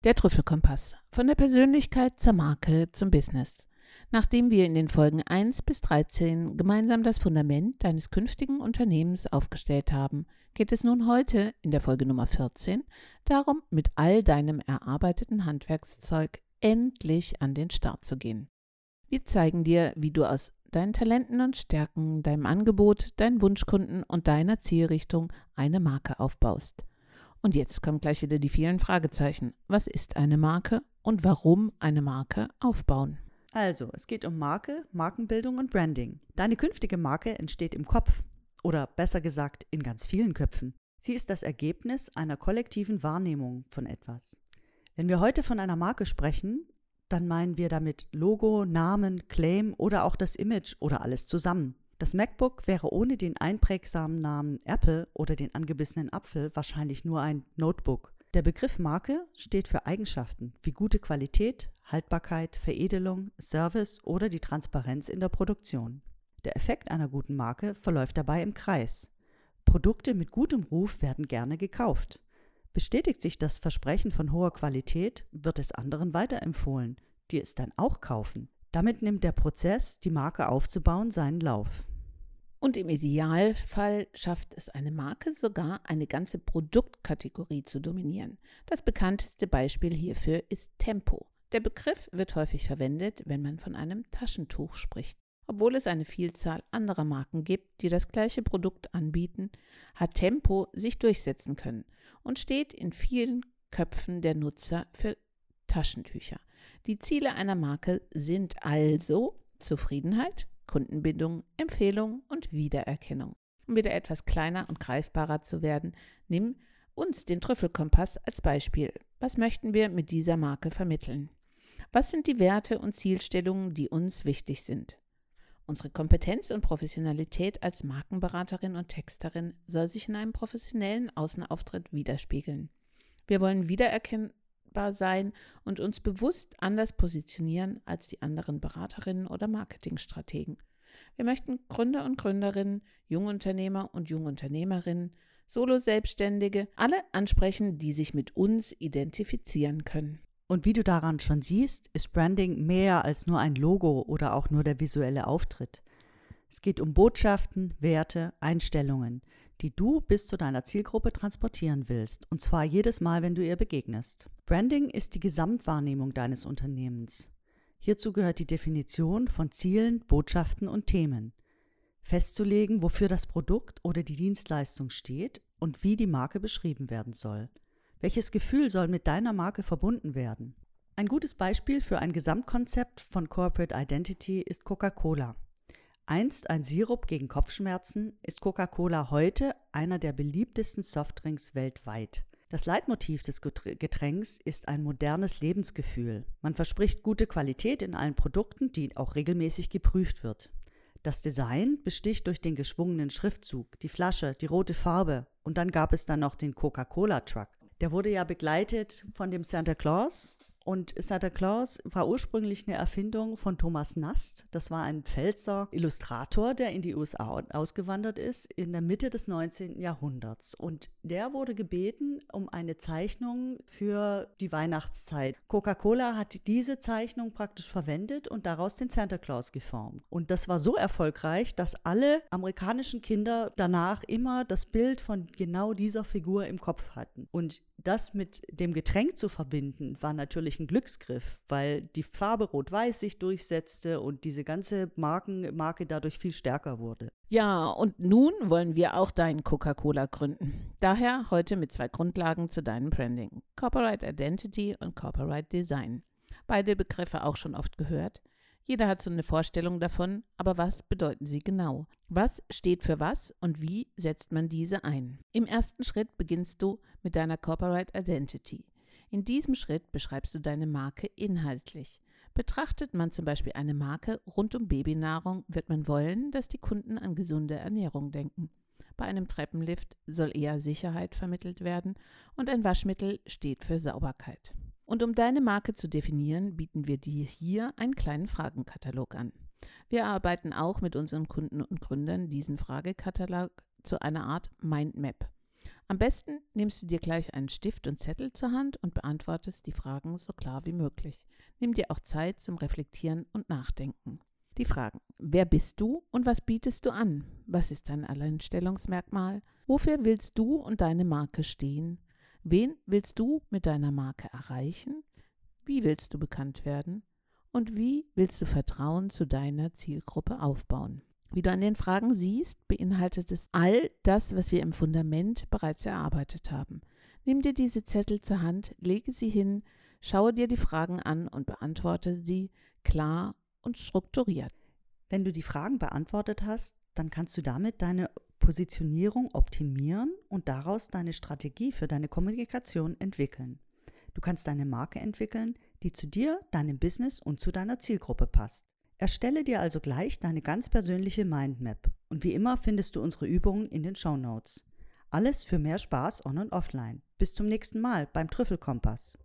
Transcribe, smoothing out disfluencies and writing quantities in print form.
Der Trüffelkompass. Von der Persönlichkeit zur Marke zum Business. Nachdem wir in den Folgen 1 bis 13 gemeinsam das Fundament deines künftigen Unternehmens aufgestellt haben, geht es nun heute in der Folge Nummer 14 darum, mit all deinem erarbeiteten Handwerkszeug endlich an den Start zu gehen. Wir zeigen dir, wie du aus deinen Talenten und Stärken, deinem Angebot, deinen Wunschkunden und deiner Zielrichtung eine Marke aufbaust. Und jetzt kommen gleich wieder die vielen Fragezeichen. Was ist eine Marke und warum eine Marke aufbauen? Also, es geht um Marke, Markenbildung und Branding. Deine künftige Marke entsteht im Kopf oder besser gesagt in ganz vielen Köpfen. Sie ist das Ergebnis einer kollektiven Wahrnehmung von etwas. Wenn wir heute von einer Marke sprechen, dann meinen wir damit Logo, Namen, Claim oder auch das Image oder alles zusammen. Das MacBook wäre ohne den einprägsamen Namen Apple oder den angebissenen Apfel wahrscheinlich nur ein Notebook. Der Begriff Marke steht für Eigenschaften wie gute Qualität, Haltbarkeit, Veredelung, Service oder die Transparenz in der Produktion. Der Effekt einer guten Marke verläuft dabei im Kreis. Produkte mit gutem Ruf werden gerne gekauft. Bestätigt sich das Versprechen von hoher Qualität, wird es anderen weiterempfohlen, die es dann auch kaufen. Damit nimmt der Prozess, die Marke aufzubauen, seinen Lauf. Und im Idealfall schafft es eine Marke sogar, eine ganze Produktkategorie zu dominieren. Das bekannteste Beispiel hierfür ist Tempo. Der Begriff wird häufig verwendet, wenn man von einem Taschentuch spricht. Obwohl es eine Vielzahl anderer Marken gibt, die das gleiche Produkt anbieten, hat Tempo sich durchsetzen können und steht in vielen Köpfen der Nutzer für Taschentücher. Die Ziele einer Marke sind also Zufriedenheit, Kundenbindung, Empfehlung und Wiedererkennung. Um wieder etwas kleiner und greifbarer zu werden, nimm uns den Trüffelkompass als Beispiel. Was möchten wir mit dieser Marke vermitteln? Was sind die Werte und Zielstellungen, die uns wichtig sind? Unsere Kompetenz und Professionalität als Markenberaterin und Texterin soll sich in einem professionellen Außenauftritt widerspiegeln. Wir wollen wiedererkennbar sein und uns bewusst anders positionieren als die anderen Beraterinnen oder Marketingstrategen. Wir möchten Gründer und Gründerinnen, Jungunternehmer und Jungunternehmerinnen, Solo-Selbstständige, alle ansprechen, die sich mit uns identifizieren können. Und wie du daran schon siehst, ist Branding mehr als nur ein Logo oder auch nur der visuelle Auftritt. Es geht um Botschaften, Werte, Einstellungen, die du bis zu deiner Zielgruppe transportieren willst, und zwar jedes Mal, wenn du ihr begegnest. Branding ist die Gesamtwahrnehmung deines Unternehmens. Hierzu gehört die Definition von Zielen, Botschaften und Themen. Festzulegen, wofür das Produkt oder die Dienstleistung steht und wie die Marke beschrieben werden soll. Welches Gefühl soll mit deiner Marke verbunden werden? Ein gutes Beispiel für ein Gesamtkonzept von Corporate Identity ist Coca-Cola. Einst ein Sirup gegen Kopfschmerzen, ist Coca-Cola heute einer der beliebtesten Softdrinks weltweit. Das Leitmotiv des Getränks ist ein modernes Lebensgefühl. Man verspricht gute Qualität in allen Produkten, die auch regelmäßig geprüft wird. Das Design besticht durch den geschwungenen Schriftzug, die Flasche, die rote Farbe und dann gab es dann noch den Coca-Cola-Truck. Der wurde ja begleitet von dem Santa Claus. Und Santa Claus war ursprünglich eine Erfindung von Thomas Nast. Das war ein Pfälzer Illustrator, der in die USA ausgewandert ist in der Mitte des 19. Jahrhunderts. Und der wurde gebeten um eine Zeichnung für die Weihnachtszeit. Coca-Cola hat diese Zeichnung praktisch verwendet und daraus den Santa Claus geformt. Und das war so erfolgreich, dass alle amerikanischen Kinder danach immer das Bild von genau dieser Figur im Kopf hatten. Und das mit dem Getränk zu verbinden, war natürlich ein Glücksgriff, weil die Farbe Rot-Weiß sich durchsetzte und diese ganze Marke dadurch viel stärker wurde. Ja, und nun wollen wir auch dein Coca-Cola gründen. Daher heute mit 2 Grundlagen zu deinem Branding: Corporate Identity und Corporate Design. Beide Begriffe auch schon oft gehört. Jeder hat so eine Vorstellung davon, aber was bedeuten sie genau? Was steht für was und wie setzt man diese ein? Im ersten Schritt beginnst du mit deiner Corporate Identity. In diesem Schritt beschreibst du deine Marke inhaltlich. Betrachtet man zum Beispiel eine Marke rund um Babynahrung, wird man wollen, dass die Kunden an gesunde Ernährung denken. Bei einem Treppenlift soll eher Sicherheit vermittelt werden und ein Waschmittel steht für Sauberkeit. Und um deine Marke zu definieren, bieten wir dir hier einen kleinen Fragenkatalog an. Wir arbeiten auch mit unseren Kunden und Gründern diesen Fragekatalog zu einer Art Mindmap. Am besten nimmst du dir gleich einen Stift und Zettel zur Hand und beantwortest die Fragen so klar wie möglich. Nimm dir auch Zeit zum Reflektieren und Nachdenken. Die Fragen: Wer bist du und was bietest du an? Was ist dein Alleinstellungsmerkmal? Wofür willst du und deine Marke stehen? Wen willst du mit deiner Marke erreichen? Wie willst du bekannt werden? Und wie willst du Vertrauen zu deiner Zielgruppe aufbauen? Wie du an den Fragen siehst, beinhaltet es all das, was wir im Fundament bereits erarbeitet haben. Nimm dir diese Zettel zur Hand, lege sie hin, schaue dir die Fragen an und beantworte sie klar und strukturiert. Wenn du die Fragen beantwortet hast, dann kannst du damit deine Positionierung optimieren und daraus deine Strategie für deine Kommunikation entwickeln. Du kannst eine Marke entwickeln, die zu dir, deinem Business und zu deiner Zielgruppe passt. Erstelle dir also gleich deine ganz persönliche Mindmap und wie immer findest du unsere Übungen in den Shownotes. Alles für mehr Spaß on und offline. Bis zum nächsten Mal beim Trüffelkompass.